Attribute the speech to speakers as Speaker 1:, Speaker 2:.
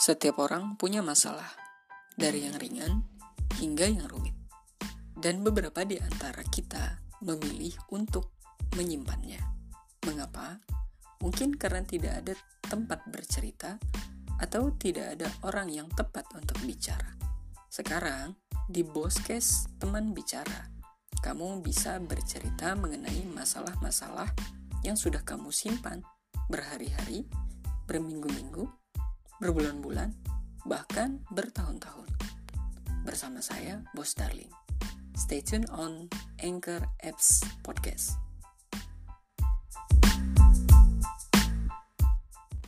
Speaker 1: Setiap orang punya masalah, dari yang ringan hingga yang rumit. Dan beberapa di antara kita memilih untuk menyimpannya. Mengapa? Mungkin karena tidak ada tempat bercerita atau tidak ada orang yang tepat untuk bicara. Sekarang, di Boskes Teman Bicara, kamu bisa bercerita mengenai masalah-masalah yang sudah kamu simpan berhari-hari, berminggu-minggu, berbulan-bulan, bahkan bertahun-tahun. Bersama saya, Bos Darling. Stay tuned on Anchor Apps Podcast.